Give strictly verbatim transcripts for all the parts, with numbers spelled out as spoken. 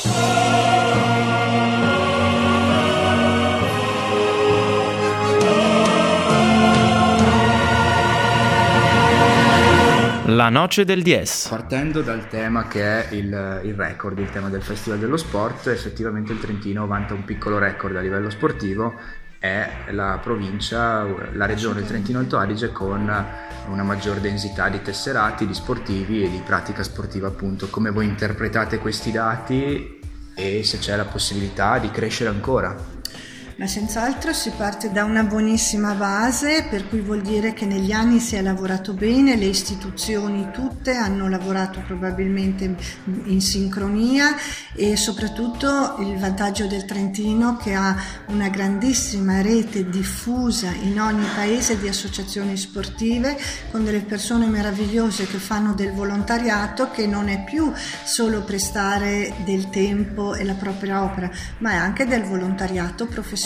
La noce del diez. Partendo dal tema che è il, il record, il tema del Festival dello Sport, effettivamente il Trentino vanta un piccolo record a livello sportivo, è la provincia, la regione del Trentino Alto Adige con una maggior densità di tesserati, di sportivi e di pratica sportiva appunto. Come voi interpretate questi dati e se c'è la possibilità di crescere ancora? Ma senz'altro si parte da una buonissima base, per cui vuol dire che negli anni si è lavorato bene, le istituzioni tutte hanno lavorato probabilmente in sincronia e soprattutto il vantaggio del Trentino che ha una grandissima rete diffusa in ogni paese di associazioni sportive con delle persone meravigliose che fanno del volontariato, che non è più solo prestare del tempo e la propria opera, ma è anche del volontariato professionale.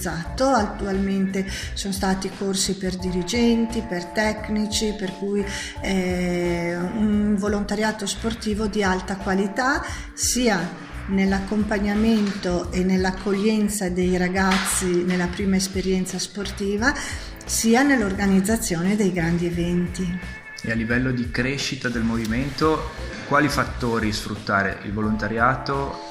Attualmente sono stati corsi per dirigenti, per tecnici, per cui è un volontariato sportivo di alta qualità sia nell'accompagnamento e nell'accoglienza dei ragazzi nella prima esperienza sportiva, sia nell'organizzazione dei grandi eventi. E a livello di crescita del movimento, quali fattori sfruttare? Il volontariato?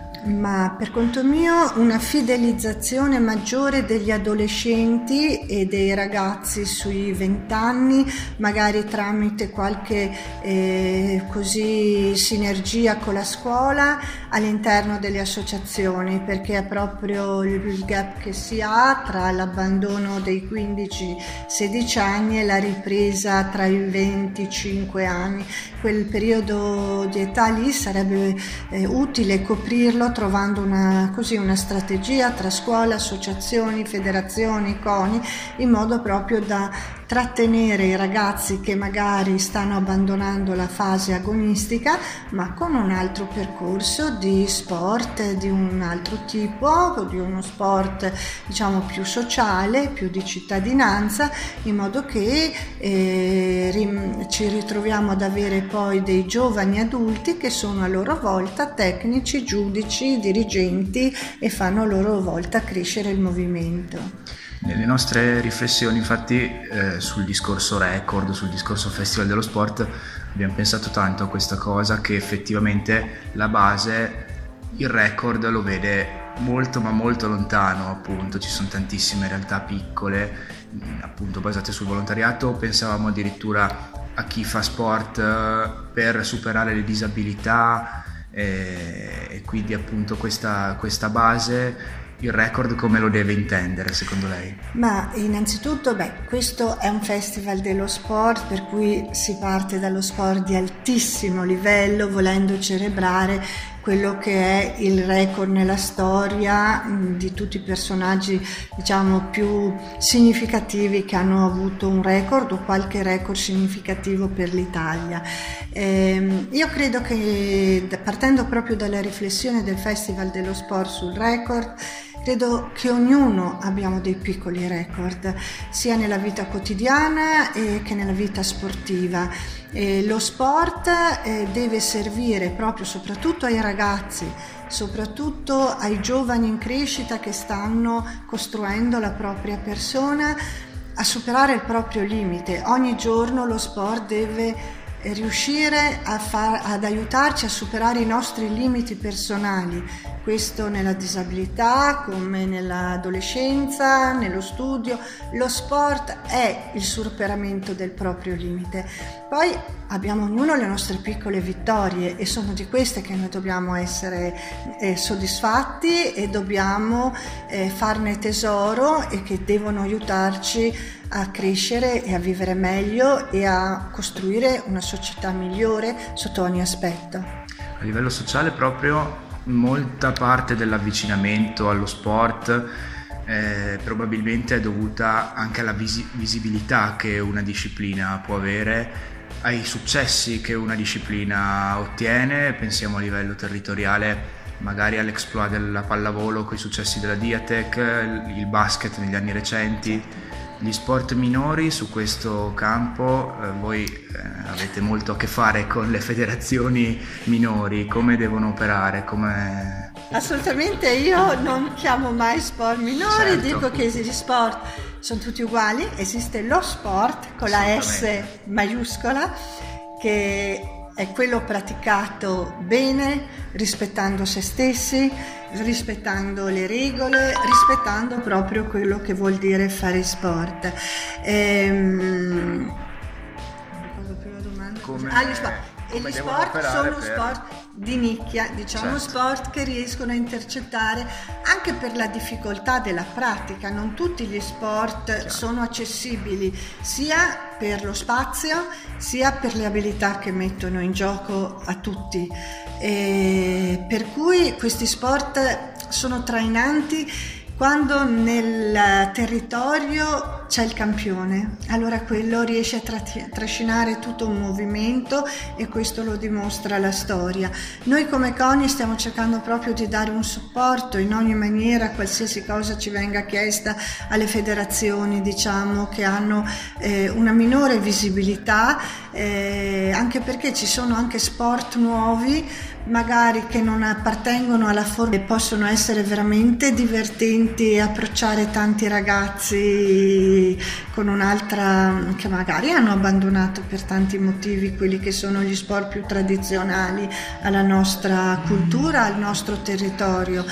Ma per conto mio una fidelizzazione maggiore degli adolescenti e dei ragazzi sui vent'anni, magari tramite qualche eh, così sinergia con la scuola all'interno delle associazioni, perché è proprio il gap che si ha tra l'abbandono dei quindici sedici anni e la ripresa tra i venticinque anni. Quel periodo di età lì sarebbe eh, utile coprirlo trovando una, così, una strategia tra scuola, associazioni, federazioni, CONI, in modo proprio da trattenere i ragazzi che magari stanno abbandonando la fase agonistica, ma con un altro percorso di sport di un altro tipo, di uno sport diciamo più sociale, più di cittadinanza, in modo che eh, rim- ci ritroviamo ad avere poi dei giovani adulti che sono a loro volta tecnici, giudici, dirigenti e fanno a loro volta crescere il movimento. Nelle nostre riflessioni infatti eh, sul discorso record, sul discorso Festival dello Sport abbiamo pensato tanto a questa cosa, che effettivamente la base, il record lo vede molto ma molto lontano, appunto ci sono tantissime realtà piccole appunto basate sul volontariato. Pensavamo addirittura a chi fa sport per superare le disabilità e, e quindi appunto questa, questa base. Il record come lo deve intendere secondo lei? Ma innanzitutto, beh, questo è un festival dello sport, per cui si parte dallo sport di altissimo livello, volendo celebrare quello che è il record nella storia mh, di tutti i personaggi diciamo più significativi che hanno avuto un record o qualche record significativo per l'Italia. Ehm, io credo che partendo proprio dalla riflessione del Festival dello Sport sul record, credo che ognuno abbiamo dei piccoli record, sia nella vita quotidiana eh, che nella vita sportiva. Eh, lo sport eh, deve servire proprio soprattutto ai ragazzi, soprattutto ai giovani in crescita che stanno costruendo la propria persona, a superare il proprio limite. Ogni giorno lo sport deve riuscire a far, ad aiutarci a superare i nostri limiti personali, questo nella disabilità come nell'adolescenza, nello studio. Lo sport è il superamento del proprio limite. Poi abbiamo ognuno le nostre piccole vittorie e sono di queste che noi dobbiamo essere eh, soddisfatti e dobbiamo eh, farne tesoro, e che devono aiutarci a crescere e a vivere meglio e a costruire una società migliore sotto ogni aspetto. A livello sociale proprio molta parte dell'avvicinamento allo sport eh, probabilmente è dovuta anche alla visi- visibilità che una disciplina può avere, ai successi che una disciplina ottiene. Pensiamo a livello territoriale magari all'exploit della pallavolo con i successi della Diatec, il basket negli anni recenti. Gli sport minori su questo campo, eh, voi eh, avete molto a che fare con le federazioni minori, come devono operare, come... Assolutamente, io non chiamo mai sport minori, Certo. dico che gli sport sono tutti uguali, esiste lo sport con la S maiuscola, che è quello praticato bene, rispettando se stessi, rispettando le regole, rispettando proprio quello che vuol dire fare sport. Ehm... Come... Ah, gli sport. E come gli devono sport operare sono per- sport di nicchia, diciamo, Certo. sport che riescono a intercettare anche per la difficoltà della pratica. Non tutti gli sport sono accessibili sia per lo spazio sia per le abilità che mettono in gioco a tutti. E per cui questi sport sono trainanti quando nel territorio c'è il campione, allora quello riesce a tra- trascinare tutto un movimento, e questo lo dimostra la storia. Noi come CONI stiamo cercando proprio di dare un supporto in ogni maniera, qualsiasi cosa ci venga chiesta, alle federazioni, diciamo, che hanno eh, una minore visibilità, eh, anche perché ci sono anche sport nuovi, magari che non appartengono alla forma, e possono essere veramente divertenti e approcciare tanti ragazzi con un'altra, che magari hanno abbandonato per tanti motivi quelli che sono gli sport più tradizionali alla nostra cultura, al nostro territorio,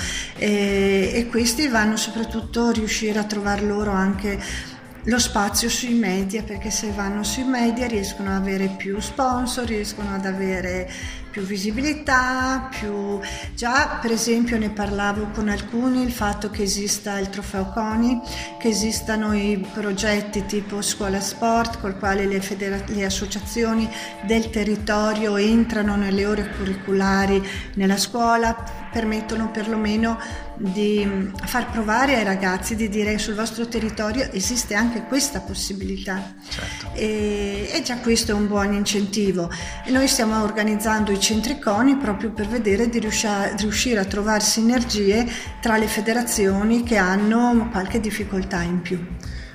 e, e questi vanno soprattutto a riuscire a trovar loro anche lo spazio sui media, perché se vanno sui media riescono ad avere più sponsor, riescono ad avere più visibilità, più... Già per esempio ne parlavo con alcuni, il fatto che esista il trofeo CONI, che esistano i progetti tipo Scuola Sport, col quale le, federa- le associazioni del territorio entrano nelle ore curriculari nella scuola, permettono perlomeno di far provare ai ragazzi, di dire sul vostro territorio esiste anche questa possibilità. Certo. E, e già questo è un buon incentivo. E noi stiamo organizzando i centri CONI proprio per vedere di riuscia- riuscire a trovare sinergie tra le federazioni che hanno qualche difficoltà in più.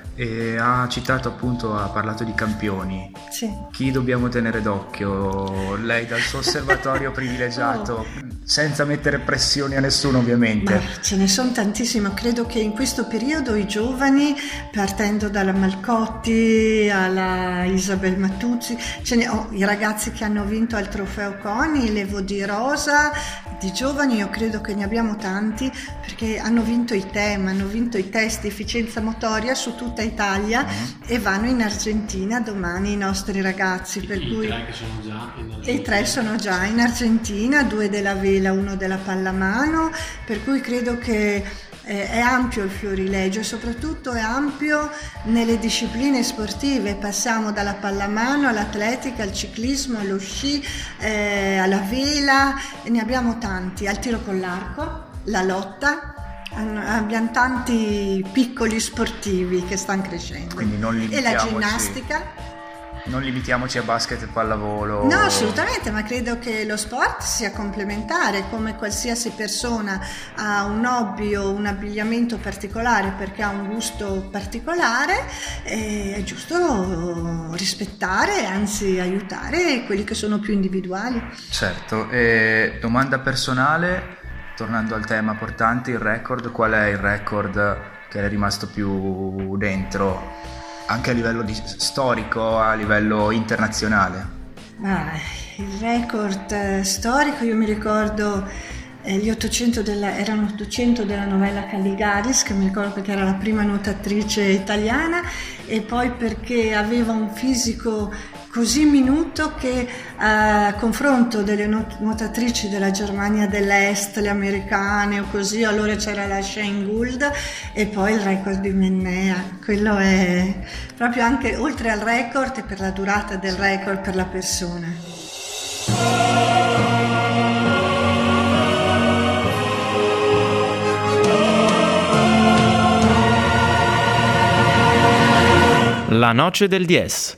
E ha citato appunto, ha parlato di campioni. Sì. Chi dobbiamo tenere d'occhio? Lei dal suo osservatorio privilegiato, Oh. senza mettere pressioni a nessuno ovviamente. Ma ce ne sono tantissimi, credo che in questo periodo i giovani, partendo dalla Malcotti alla Isabel Mattuzzi, ce ne ho, i ragazzi che hanno vinto al trofeo CONI, Levo Di Rosa, di giovani io credo che ne abbiamo tanti, perché hanno vinto i T E M, hanno vinto i test di efficienza motoria su tutta Italia, Mm. e vanno in Argentina domani i nostri ragazzi, per I cui tre che sono già in e i tre sono già in Argentina, due della vela, uno della pallamano, per cui credo che eh, è ampio il fiorilegio, e soprattutto è ampio nelle discipline sportive. Passiamo dalla pallamano all'atletica, al ciclismo, allo sci, eh, alla vela, e ne abbiamo tanti, al tiro con l'arco, la lotta. Abbiamo tanti piccoli sportivi che stanno crescendo. Quindi non E la limitiamoci. ginnastica. Non limitiamoci a basket e pallavolo. No, assolutamente, ma credo che lo sport sia complementare, come qualsiasi persona ha un hobby o un abbigliamento particolare perché ha un gusto particolare, eh, è giusto rispettare, anzi aiutare quelli che sono più individuali. Certo, e domanda personale, tornando al tema portante, il record, qual è il record che è rimasto più dentro? Anche a livello di, storico, a livello internazionale. Ma il record eh, storico, io mi ricordo eh, gli ottocento della, erano ottocento della novella Calligaris, che mi ricordo perché era la prima nuotatrice italiana, e poi perché aveva un fisico così minuto che a confronto delle nuotatrici della Germania dell'Est, le americane o così, allora c'era la Shane Gould, e poi il record di Mennea. Quello è proprio, anche oltre al record, e per la durata del record per la persona. La noce del diez.